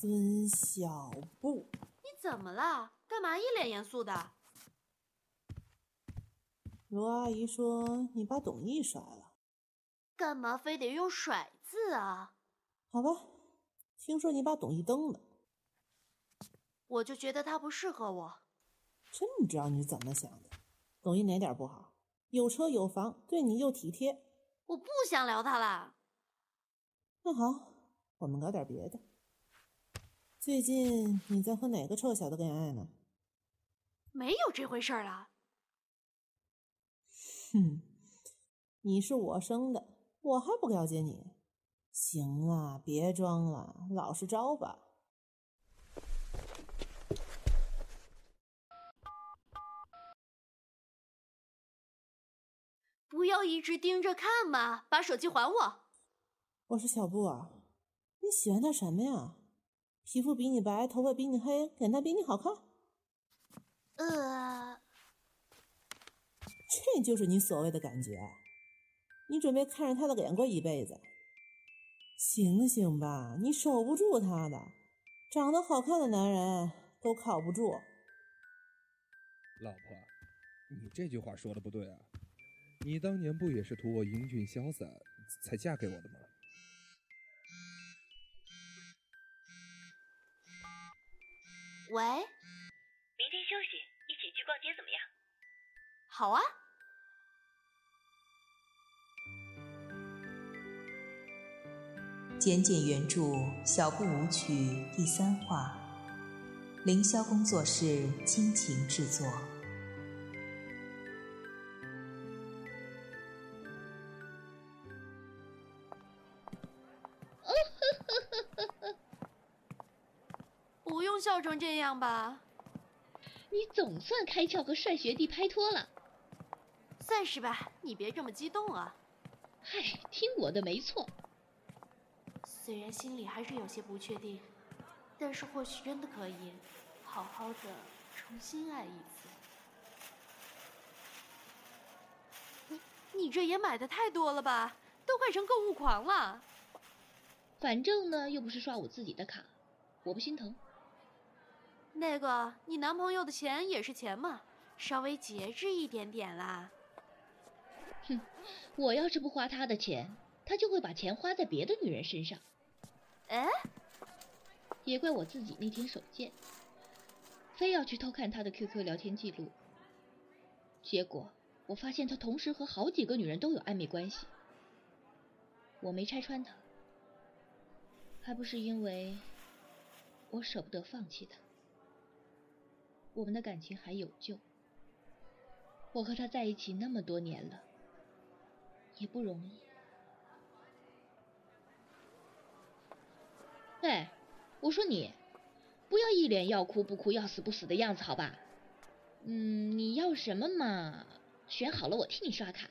孙小布， 你怎么了？干嘛一脸严肃的？ 罗阿姨说你把董毅甩了。 干嘛非得用甩字啊？ 好吧，听说你把董毅蹬了。 我就觉得他不适合我。 真不知道你是怎么想的。董毅哪点不好？有车有房，对你又体贴。 我不想聊他了。 那好，我们聊点别的。最近你在和哪个臭小子恋爱呢？ 没有这回事儿了。 哼，你是我生的，我还不了解你。行了，别装了，老实招吧。 不要一直盯着看嘛，把手机还我。 我是小布啊，你喜欢他什么呀？皮肤比你白，头发比你黑，脸蛋比你好看？这就是你所谓的感觉？你准备看着他的脸过一辈子？醒醒吧，你守不住他的。长得好看的男人都靠不住。 老婆，你这句话说的不对啊！你当年不也是图我英俊潇洒才嫁给我的吗？ 喂， 明天休息，一起去逛街怎么样？ 好啊。 简简原著《小步舞曲》第3话，凌霄工作室倾情制作。 不用笑成这样吧。 你总算开窍和帅学弟拍拖了。 算是吧，你别这么激动啊。 嗨，听我的没错。 虽然心里还是有些不确定，但是或许真的可以好好的重新爱一次。你这也买的太多了吧，都快成购物狂了。 反正呢，又不是刷我自己的卡，我不心疼。 那个，你男朋友的钱也是钱嘛，稍微节制一点点啦。 哼，我要是不花他的钱，他就会把钱花在别的女人身上。 哎， 也怪我自己那天手贱，非要去偷看他的 QQ 聊天记录，结果我发现他同时和好几个女人都有暧昧关系。我没拆穿他，还不是因为我舍不得放弃他。我们的感情还有救，我和他在一起那么多年了，也不容易。哎，我说你，不要一脸要哭不哭要死不死的样子好吧？你要什么嘛？选好了我替你刷卡。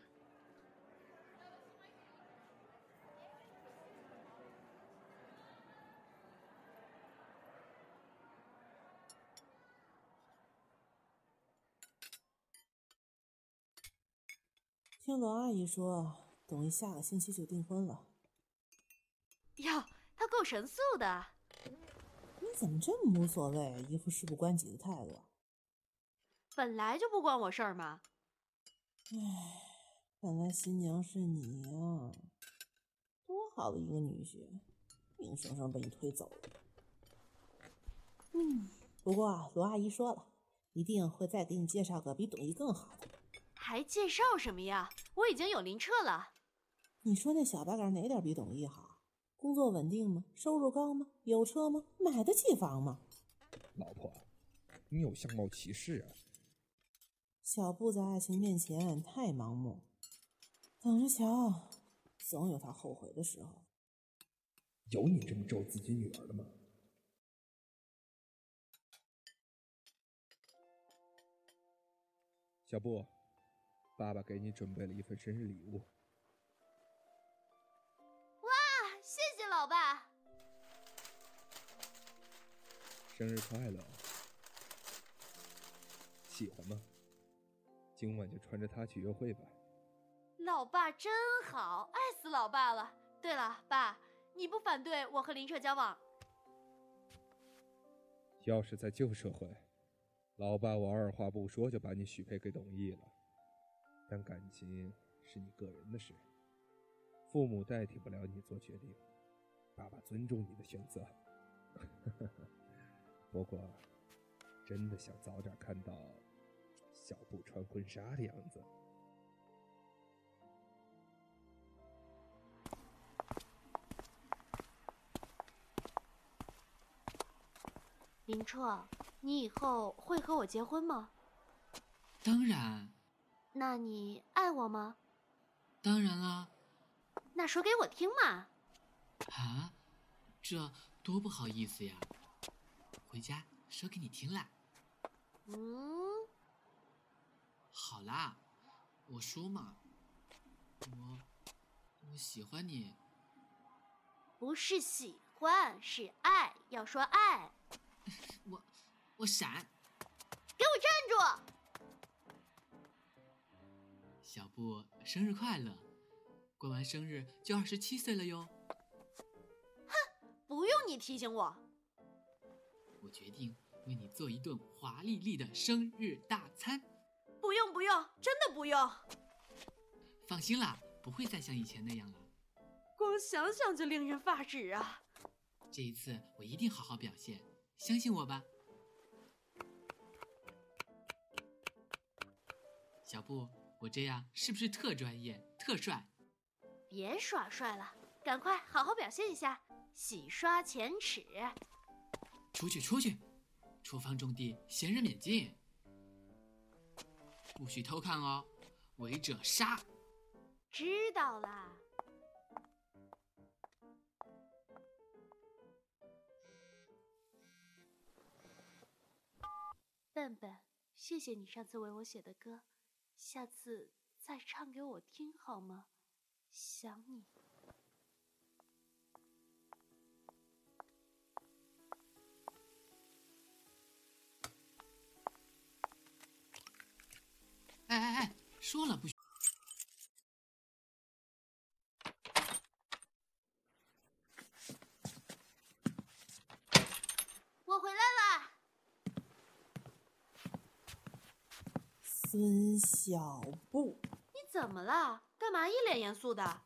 听罗阿姨说，董毅下个星期就订婚了。 哟，他够神速的。 你怎么这么无所谓，一副事不关己的态度？ 本来就不关我事儿嘛。 唉，本来新娘是你呀，多好的一个女婿，硬生生被你推走了。不过啊，罗阿姨说了，一定会再给你介绍个比董毅更好的。 还介绍什么呀？我已经有林彻了。 你说那小白杆哪点比董毅好？工作稳定吗？收入高吗？有车吗？买得起房吗？ 老婆，你有相貌歧视啊！ 小布在爱情面前太盲目，等着瞧，总有他后悔的时候。 有你这么咒自己女儿的吗？小布，爸爸给你准备了一份生日礼物。 哇，谢谢老爸。 生日快乐！喜欢吗？今晚就穿着它去约会吧。 老爸真好，爱死老爸了。对了，爸，你不反对我和林彻交往？ 要是在旧社会，老爸我二话不说就把你许配给董翳了。但感情是你个人的事，父母代替不了你做决定，爸爸尊重你的选择。不过，真的想早点看到小布穿婚纱的样子。 林彻，你以后会和我结婚吗？ 当然。 那你爱我吗？ 当然啦。 那说给我听嘛。 啊，这多不好意思呀。回家说给你听啦。好啦，我说嘛，我喜欢你。 不是喜欢，是爱，要说爱。 我闪！ 给我站住！ 小布生日快乐！过完生日就27岁了哟。 哼，不用你提醒我。 我决定为你做一顿华丽丽的生日大餐。 不用，真的不用。 放心啦，不会再像以前那样了。 光想想就令人发指啊！ 这一次我一定好好表现，相信我吧。小布，我这样是不是特专业、特帅？ 别耍帅了，赶快好好表现一下，洗刷前耻。 出去！厨房种地，闲人免进。不许偷看哦，违者杀。 知道啦。笨笨，谢谢你上次为我写的歌，下次再唱给我听好吗？想你。 哎，说了不许。 我回来啦。 孙小布， 你怎么了？干嘛一脸严肃的？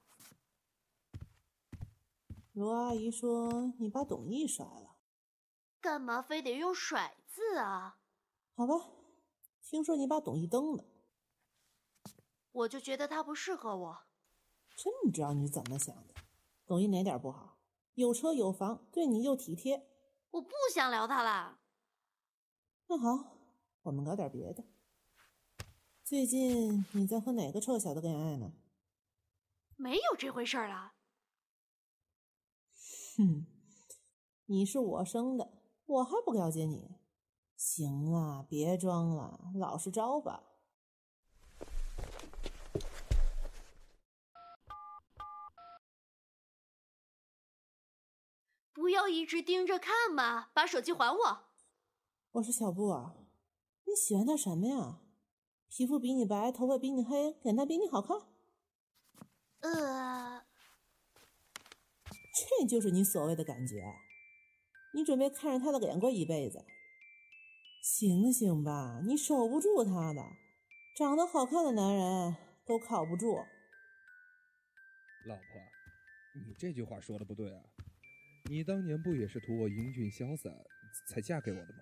罗阿姨说你把董翳甩了， 干嘛非得用甩字啊？ 好吧，听说你把董翳蹬了， 我就觉得他不适合我。 真知道你是怎么想的。董翳哪点不好？有车有房，对你又体贴。 我不想聊他啦。 那好，我们搞点别的。最近你在和哪个臭小子恋爱呢？ 没有这回事儿啦。 哼，你是我生的，我还不了解你。行了，别装了，老实招吧。 不要一直盯着看嘛，把手机还我。 我是小布啊，你喜欢他什么呀？皮肤比你白，头发比你黑，脸蛋比你好看？这就是你所谓的感觉？你准备看着他的脸过一辈子？醒醒吧，你守不住他的。长得好看的男人都靠不住。 老婆，你这句话说的不对啊！你当年不也是图我英俊潇洒才嫁给我的吗？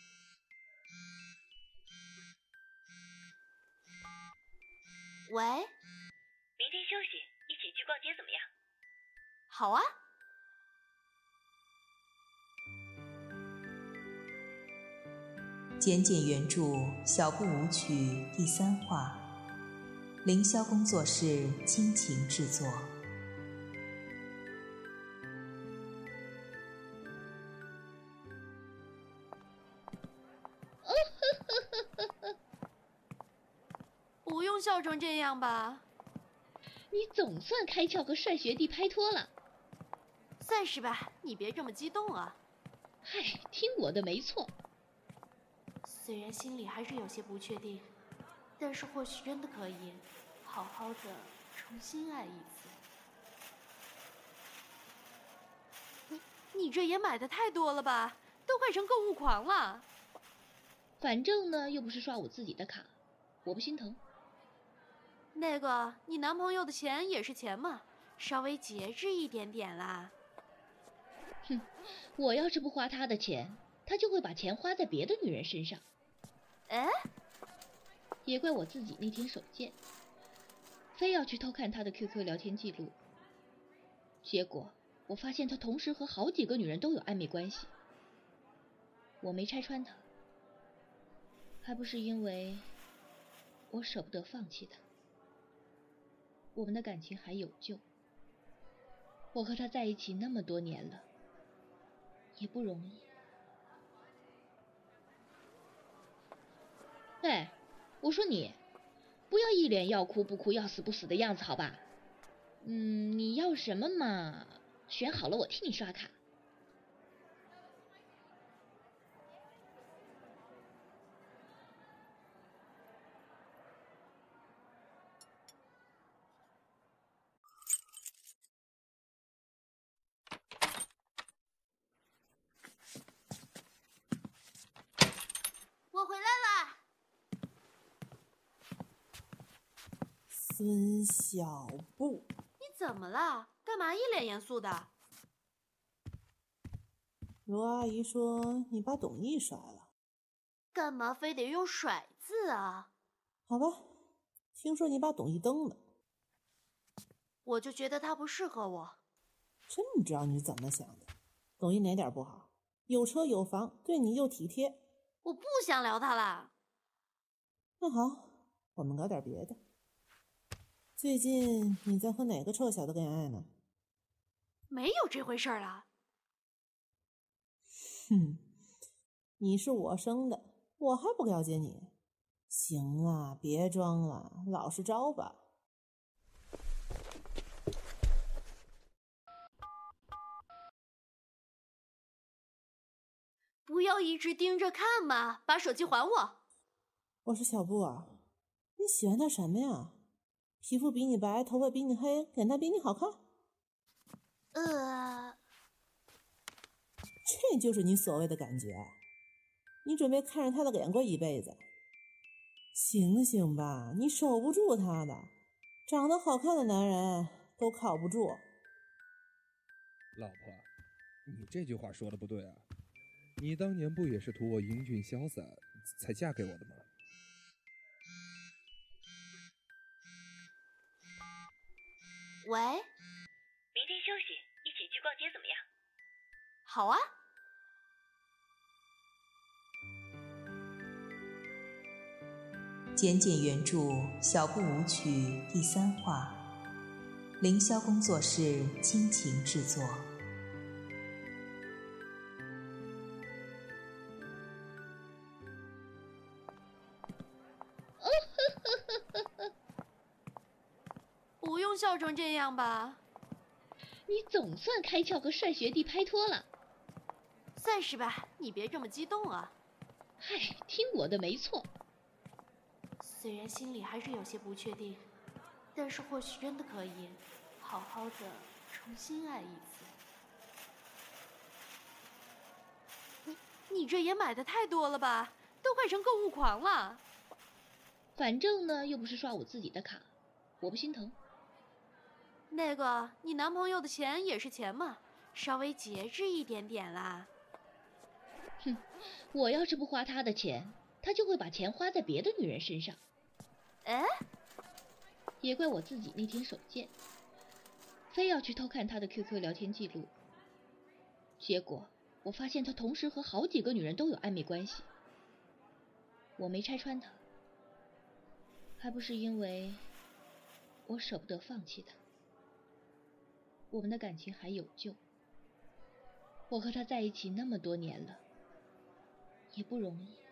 喂， 明天休息，一起去逛街怎么样？ 好啊。 简简原著《小步舞曲》第3话，凌霄工作室倾情制作。 不用笑成这样吧？ 你总算开窍和帅学弟拍拖了。 算是吧，你别这么激动啊。 嗨，听我的没错。 虽然心里还是有些不确定，但是或许真的可以好好的重新爱一次。你这也买的太多了吧？ 都快成购物狂了。 反正呢，又不是刷我自己的卡，我不心疼。 那个，你男朋友的钱也是钱嘛，稍微节制一点点啦。 哼，我要是不花他的钱，他就会把钱花在别的女人身上。 哎， 也怪我自己那天手贱，非要去偷看他的 QQ 聊天记录，结果我发现他同时和好几个女人都有暧昧关系。我没拆穿他，还不是因为我舍不得放弃他。我们的感情还有救，我和他在一起那么多年了，也不容易。哎，我说你，不要一脸要哭不哭要死不死的样子，好吧？你要什么嘛？选好了我替你刷卡。 我回来啦！ 孙小布， 你怎么了？干嘛一脸严肃的？ 罗阿姨说你把董毅甩了， 干嘛非得用甩字啊？ 好吧，听说你把董毅蹬了， 我就觉得他不适合我。 真知道你怎么想的。董毅哪点不好？有车有房，对你又体贴。 我不想聊他啦。 那好，我们搞点别的。最近你在和哪个臭小子恋爱呢？ 没有这回事儿啦。 哼，你是我生的，我还不了解你。行了，别装了，老实招吧。 不要一直盯着看嘛，把手机还我。 我说小布啊，你喜欢他什么呀？皮肤比你白，头发比你黑，脸蛋比你好看？这就是你所谓的感觉？你准备看着他的脸过一辈子？醒醒吧，你守不住他的。长得好看的男人都靠不住。 老婆，你这句话说的不对啊！你当年不也是图我英俊潇洒才嫁给我的吗？ 喂， 明天休息，一起去逛街怎么样？ 好啊。 简简原著小步舞曲第3话，凌霄工作室倾情制作。 不用笑成这样吧？ 你总算开窍和帅学弟拍拖了。 算是吧，你别这么激动啊。 嗨，听我的没错。 虽然心里还是有些不确定，但是或许真的可以好好的重新爱一次。你这也买的太多了吧？都快成购物狂了。 反正呢，又不是刷我自己的卡，我不心疼。 那个，你男朋友的钱也是钱嘛，稍微节制一点点啦。 哼，我要是不花他的钱，他就会把钱花在别的女人身上。 哎， 也怪我自己那天手贱，非要去偷看他的 QQ 聊天记录，结果我发现他同时和好几个女人都有暧昧关系。我没拆穿他，还不是因为我舍不得放弃他。我们的感情还有救，我和他在一起那么多年了，也不容易。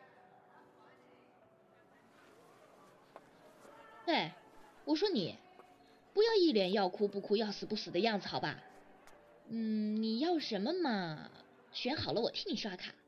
哎，我说你，不要一脸要哭不哭要死不死的样子，好吧？你要什么嘛？选好了我替你刷卡。